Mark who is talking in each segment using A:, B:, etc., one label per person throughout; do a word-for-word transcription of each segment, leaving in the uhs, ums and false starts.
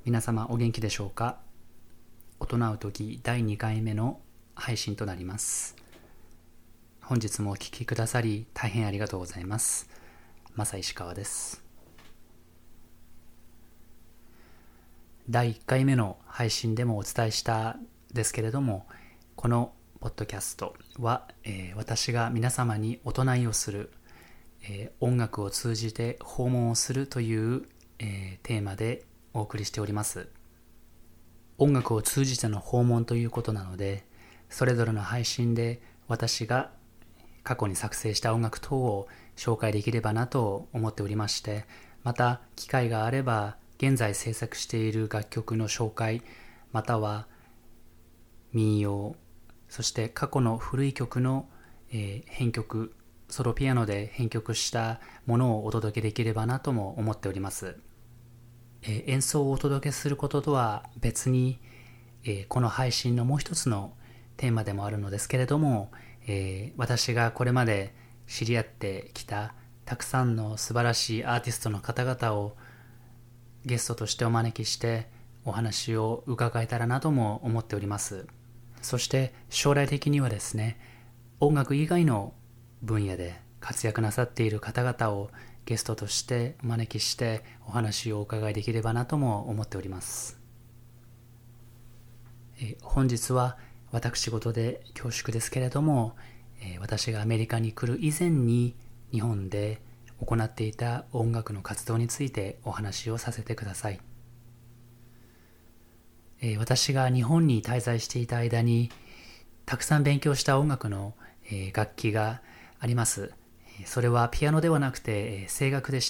A: 皆様お元気でしょうか。大人うときだいにかいめの配信となります。本日もお聞きくださり大変ありがとうございます。マサ石川です。だいいっかいめの配信でもお伝えしたですけれども、このポッドキャストは、えー、私が皆様に大人をする、えー、音楽を通じて訪問をするという、えー、テーマでお送りしております。音楽を通じての訪問ということなので、それぞれの配信で私が過去に作成した音楽等を紹介できればなと思っておりまして、また機会があれば現在制作している楽曲の紹介、または民謡、そして過去の古い曲の、えー、編曲、ソロピアノで編曲したものをお届けできればなとも思っております。えー、演奏をお届けすることとは別に、えー、この配信のもう一つのテーマでもあるのですけれども、えー、私がこれまで知り合ってきたたくさんの素晴らしいアーティストの方々をゲストとしてお招きしてお話を伺えたらなとも思っております。そして将来的にはですね、音楽以外の分野で活躍なさっている方々をゲストとしてお招きしてお話をお伺いできればなとも思っております。え本日は私事で恐縮ですけれども、え私がアメリカに来る以前に日本で行っていた音楽の活動についてお話をさせてください。えー、私が日本に滞在していた間にたくさん勉強した音楽の、えー、楽器があります。それはピアノではなくて、えー、声楽でした。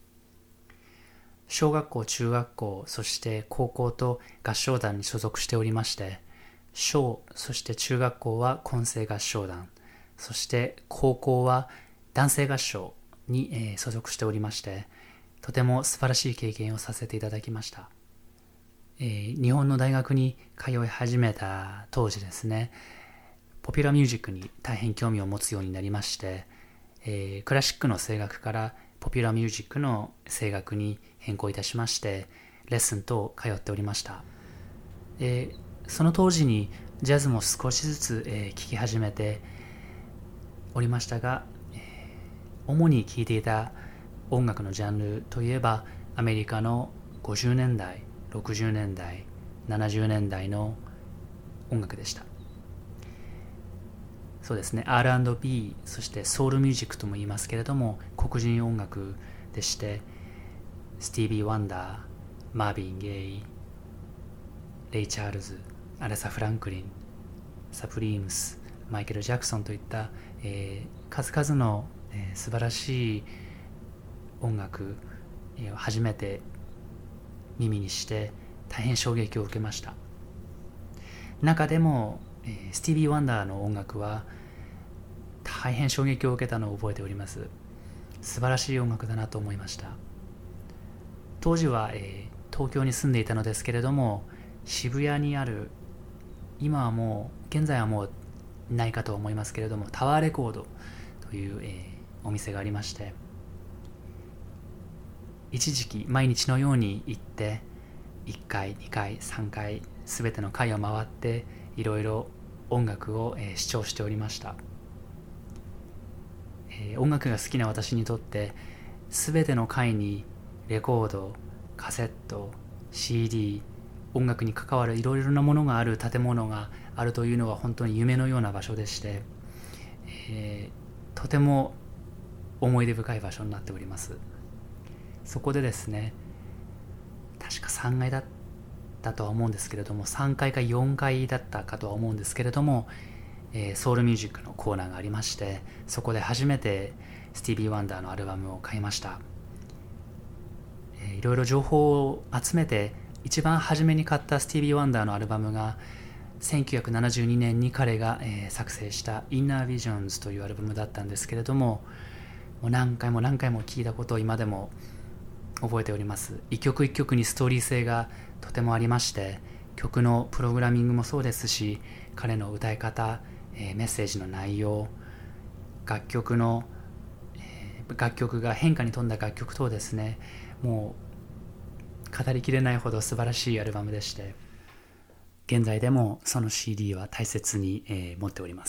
A: 小学校、中学校、そして高校と合唱団に所属しておりまして、小、そして中学校は混声合唱団、そして高校は男声合唱に、えー、所属しておりまして、とても素晴らしい経験をさせていただきました。えー、日本の大学に通い始めた当時ですね、ポピュラーミュージックに大変興味を持つようになりまして、えー、クラシックの声楽からポピュラーミュージックの声楽に変更いたしまして、レッスンと通っておりました。えー、その当時にジャズも少しずつ、えー、聴き始めておりましたが、えー、主に聴いていた音楽のジャンルといえばアメリカのごじゅうねんだい、ろくじゅうねんだい、ななじゅうねんだいの音楽でした。そうですね、 アールアンドビー、 そしてソウルミュージックとも言いますけれども黒人音楽でして、スティービー・ワンダー、マービン・ゲイ、レイ・チャールズ、アレサ・フランクリン、サプリームス、マイケル・ジャクソンといった、えー、数々の、えー、素晴らしい音楽を初めて耳にして大変衝撃を受けました。中でも、えー、スティービー・ワンダーの音楽は大変衝撃を受けたのを覚えております。素晴らしい音楽だなと思いました。当時は、えー、東京に住んでいたのですけれども、渋谷にある、今はもう現在はもうないかと思いますけれども、タワーレコードという、えー、お店がありまして、一時期毎日のように行っていっかい、にかい、さんかいすべての回を回っていろいろ音楽を、えー、視聴しておりました。えー、音楽が好きな私にとってすべての回にレコード、カセット、シーディー、音楽に関わるいろいろなものがある建物があるというのは本当に夢のような場所でして、えー、とても思い出深い場所になっております。そこでですね、確かさんがいだったとは思うんですけれども、さんかいかよんかいだったかとは思うんですけれども、えー、ソウルミュージックのコーナーがありまして、そこで初めてスティービー・ワンダーのアルバムを買いました。えー、いろいろ情報を集めて一番初めに買ったスティービー・ワンダーのアルバムがせんきゅうひゃくななじゅうにねんに彼が、えー、作成したインナー・ビジョンズというアルバムだったんですけれども、もう何回も何回も聴いたことを今でも覚えております。一曲一曲にストーリー性がとてもありまして、曲のプログラミングもそうですし、彼の歌い方、えー、メッセージの内容、楽曲の、えー、楽曲が変化に富んだ楽曲等ですね、もう語りきれないほど素晴らしいアルバムでして、現在でもその シーディー は大切に、えー、持っております。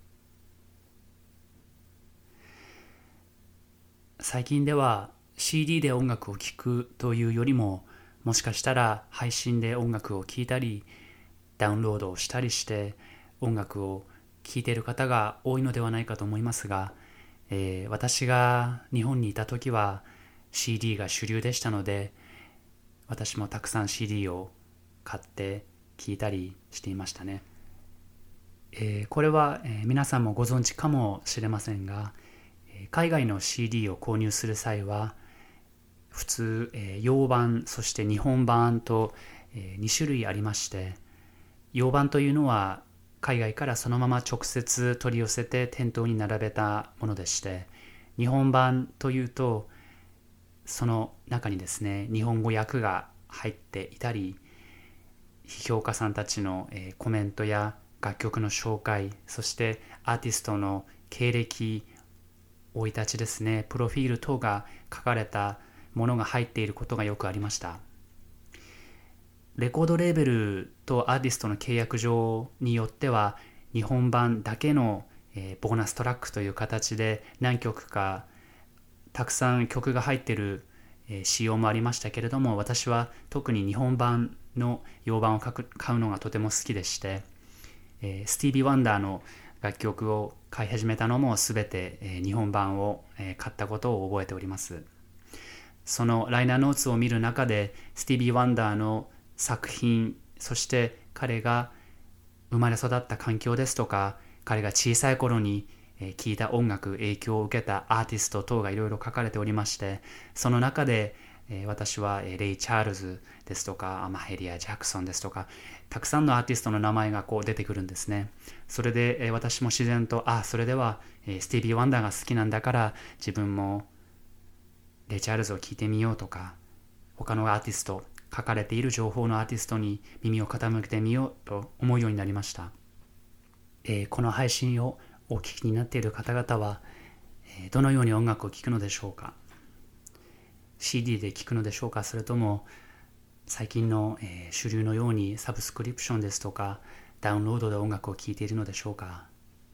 A: 最近では シーディー で音楽を聴くというよりも、もしかしたら配信で音楽を聴いたりダウンロードをしたりして音楽を聴いている方が多いのではないかと思いますが、えー、私が日本にいた時は シーディー が主流でしたので、私もたくさん シーディー を買って聴いたりしていましたね。えー、これは、えー、皆さんもご存知かもしれませんが、えー、海外の シーディー を購入する際は普通、えー、洋版そして日本版と、えー、に種類ありまして、洋版というのは海外からそのまま直接取り寄せて店頭に並べたものでして、日本版というとその中にですね日本語訳が入っていたり、批評家さんたちの、えー、コメントや楽曲の紹介、そしてアーティストの経歴、生い立ちですね、プロフィール等が書かれたものが入っていることがよくありました。レコードレーベルとアーティストの契約上によっては日本版だけの、えー、ボーナストラックという形で何曲かたくさん曲が入っている、えー、仕様もありましたけれども、私は特に日本版の洋版を買うのがとても好きでして、えー、スティービー・ワンダーの楽曲を買い始めたのもすべて、えー、日本版を、えー、買ったことを覚えております。そのライナーノーツを見る中でスティービー・ワンダーの作品、そして彼が生まれ育った環境ですとか、彼が小さい頃に聴いた音楽、影響を受けたアーティスト等がいろいろ書かれておりまして、その中で私はレイ・チャールズですとかマヘリア・ジャクソンですとか、たくさんのアーティストの名前がこう出てくるんですね。それで私も自然と、あ、それではスティービー・ワンダーが好きなんだから自分もレイ・チャールズを聴いてみようとか、他のアーティスト、書かれている情報のアーティストに耳を傾けてみようと思うようになりました。えー、この配信をお聞きになっている方々は、えー、どのように音楽を聴くのでしょうか。 シーディー で聴くのでしょうか、それとも最近の、えー、主流のようにサブスクリプションですとかダウンロードで音楽を聴いているのでしょうか。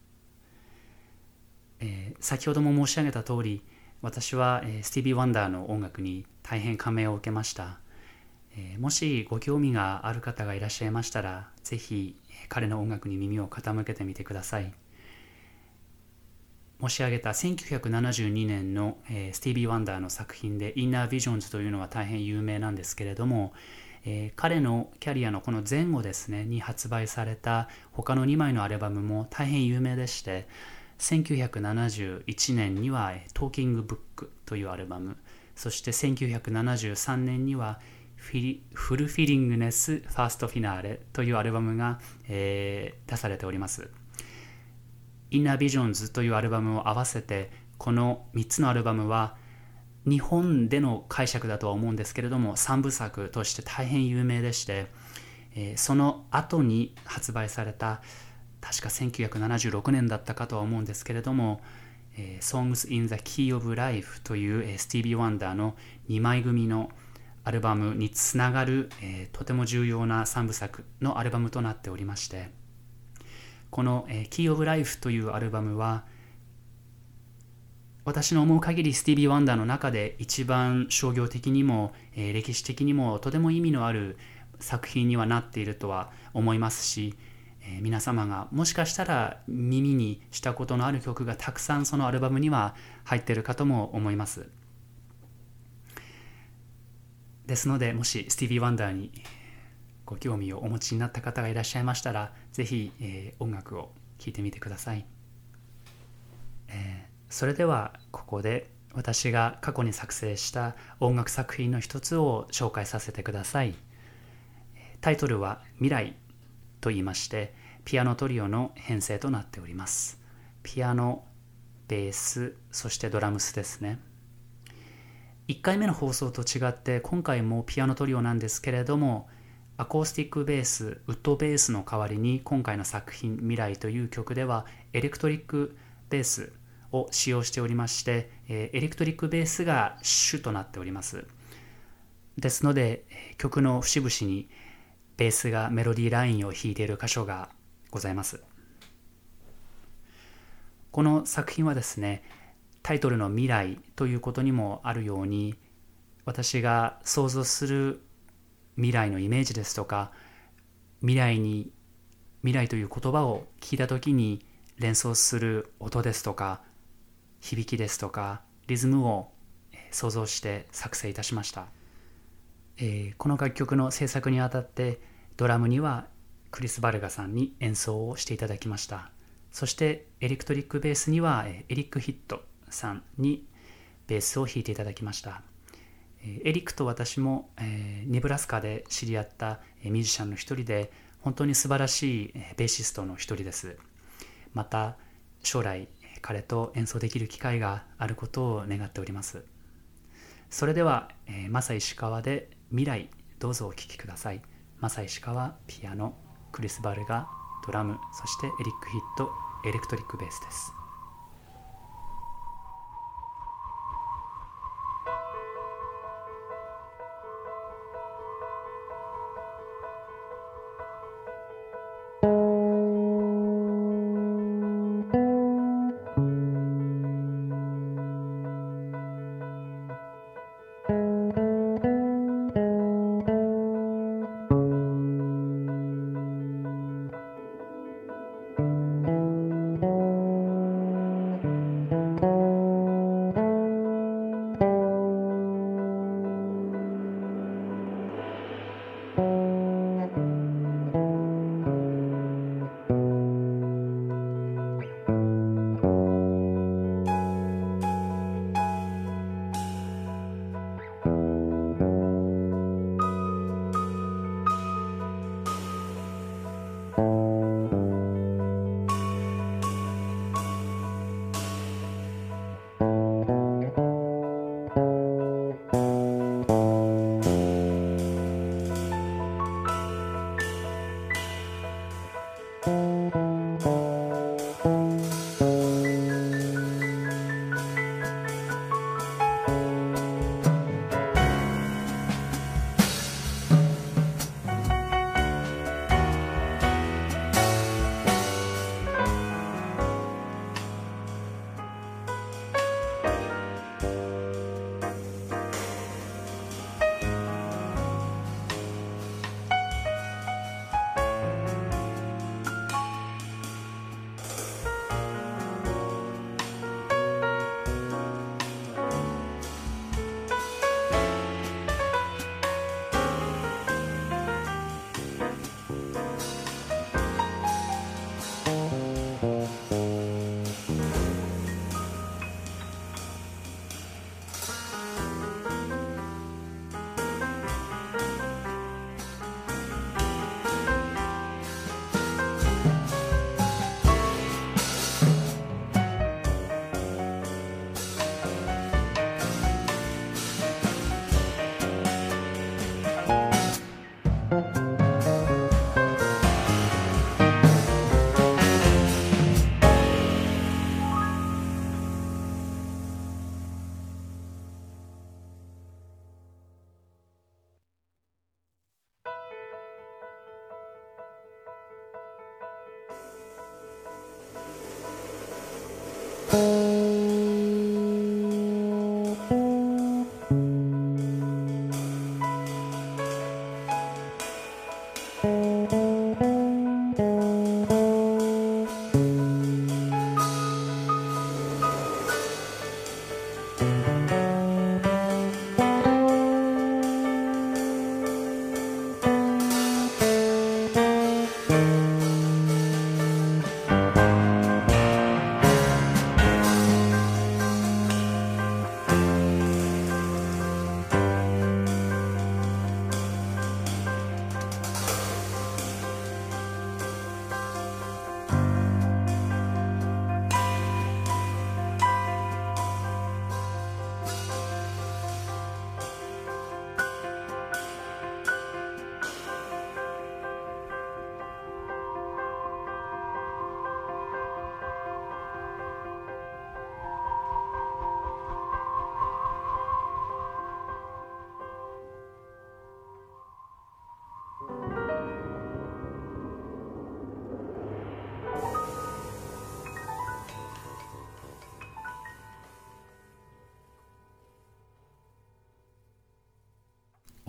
A: えー、先ほども申し上げた通り、私は、えー、スティービー・ワンダーの音楽に大変感銘を受けました。えー、もしご興味がある方がいらっしゃいましたら、ぜひ彼の音楽に耳を傾けてみてください。申し上げたせんきゅうひゃくななじゅうにねんの、えー、スティービー・ワンダーの作品でインナー・ビジョンズというのは大変有名なんですけれども、えー、彼のキャリアのこの前後ですねに発売された他のにまいのアルバムも大変有名でして、せんきゅうひゃくななじゅういちねんにはトーキングブックというアルバム、そしてせんきゅうひゃくななじゅうさんねんにはフィフルフィリングネスファーストフィナーレというアルバムが、えー、出されております。インナービジョンズというアルバムを合わせて、このみっつのアルバムは日本での解釈だとは思うんですけれどもさんぶさくとして大変有名でして、えー、その後に発売された、確かせんきゅうひゃくななじゅうろくねんだったかとは思うんですけれども、えー、Songs in the Key of Life という、えー、スティービー・ワンダーのにまい組のアルバムにつながる、えー、とても重要なさんぶさくのアルバムとなっておりまして、この、えー、Key of Life というアルバムは私の思う限りスティービー・ワンダーの中で一番商業的にも、えー、歴史的にもとても意味のある作品にはなっているとは思いますし、えー、皆様がもしかしたら耳にしたことのある曲がたくさんそのアルバムには入っているかとも思います。ですので、もしスティービー・ワンダーにご興味をお持ちになった方がいらっしゃいましたら、ぜひ、えー、音楽を聴いてみてください。えー、それではここで私が過去に作成した音楽作品の一つを紹介させてください。タイトルは未来と言いまして、ピアノトリオの編成となっております。ピアノ、ベース、そしてドラムスですね。いっかいめの放送と違って今回もピアノトリオなんですけれども、アコースティックベース、ウッドベースの代わりに今回の作品未来という曲ではエレクトリックベースを使用しておりまして、エレクトリックベースが主となっております。 ですので、曲の節々にベースがメロディーラインを弾いている箇所がございます。この作品はですね、タイトルの未来ということにもあるように、私が想像する未来のイメージですとか、未来に未来という言葉を聞いた時に連想する音ですとか響きですとかリズムを想像して作成いたしました。えーこの楽曲の制作にあたってドラムにはクリス・バルガさんに演奏をしていただきました。そしてエレクトリックベースにはえーエリック・ヒットさんにベースを弾いていただきました。えーエリックと私も、えーネブラスカで知り合ったえーミュージシャンの一人で、本当に素晴らしいえーベーシストの一人です。また将来えー彼と演奏できる機会があることを願っております。それでは、えーマサ石川で未来、どうぞお聴きください。マサ石川ピアノ、クリス・バルガドラム、そしてエリック・ヒットエレクトリックベースです。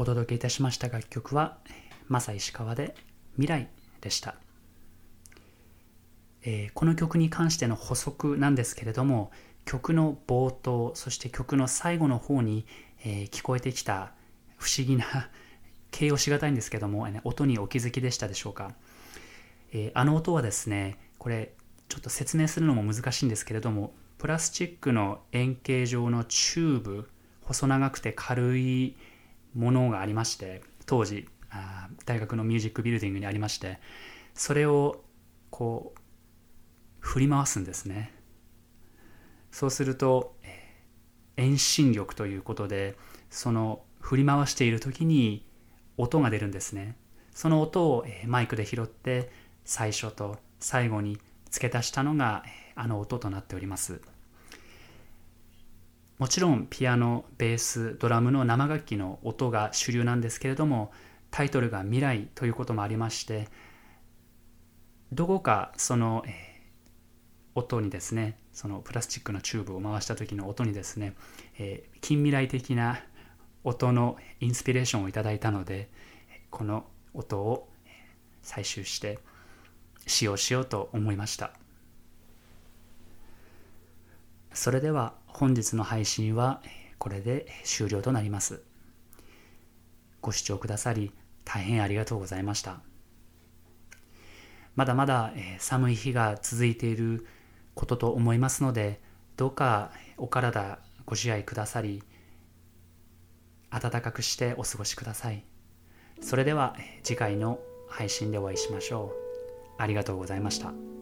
A: お届けいたしました楽曲はマサ石川で未来でした。えー、この曲に関しての補足なんですけれども、曲の冒頭そして曲の最後の方に、えー、聞こえてきた不思議な形容しがたいんですけども、音にお気づきでしたでしょうか。えー、あの音はですね、これちょっと説明するのも難しいんですけれども、プラスチックの円形状のチューブ、細長くて軽いものがありまして、当時あ大学のミュージックビルディングにありまして、それをこう振り回すんですね。そうすると、えー、遠心力ということで、その振り回している時に音が出るんですね。その音を、えー、マイクで拾って最初と最後に付け足したのが、えー、あの音となっております。もちろんピアノ、ベース、ドラムの生楽器の音が主流なんですけれども、タイトルが未来ということもありまして、どこかその、えー、音にですね、そのプラスチックのチューブを回した時の音にですね、えー、近未来的な音のインスピレーションをいただいたので、この音を採集して使用しようと思いました。それでは本日の配信はこれで終了となります。ご視聴くださり大変ありがとうございました。まだまだ寒い日が続いていることと思いますので、どうかお体ご自愛くださり、暖かくしてお過ごしください。それでは次回の配信でお会いしましょう。ありがとうございました。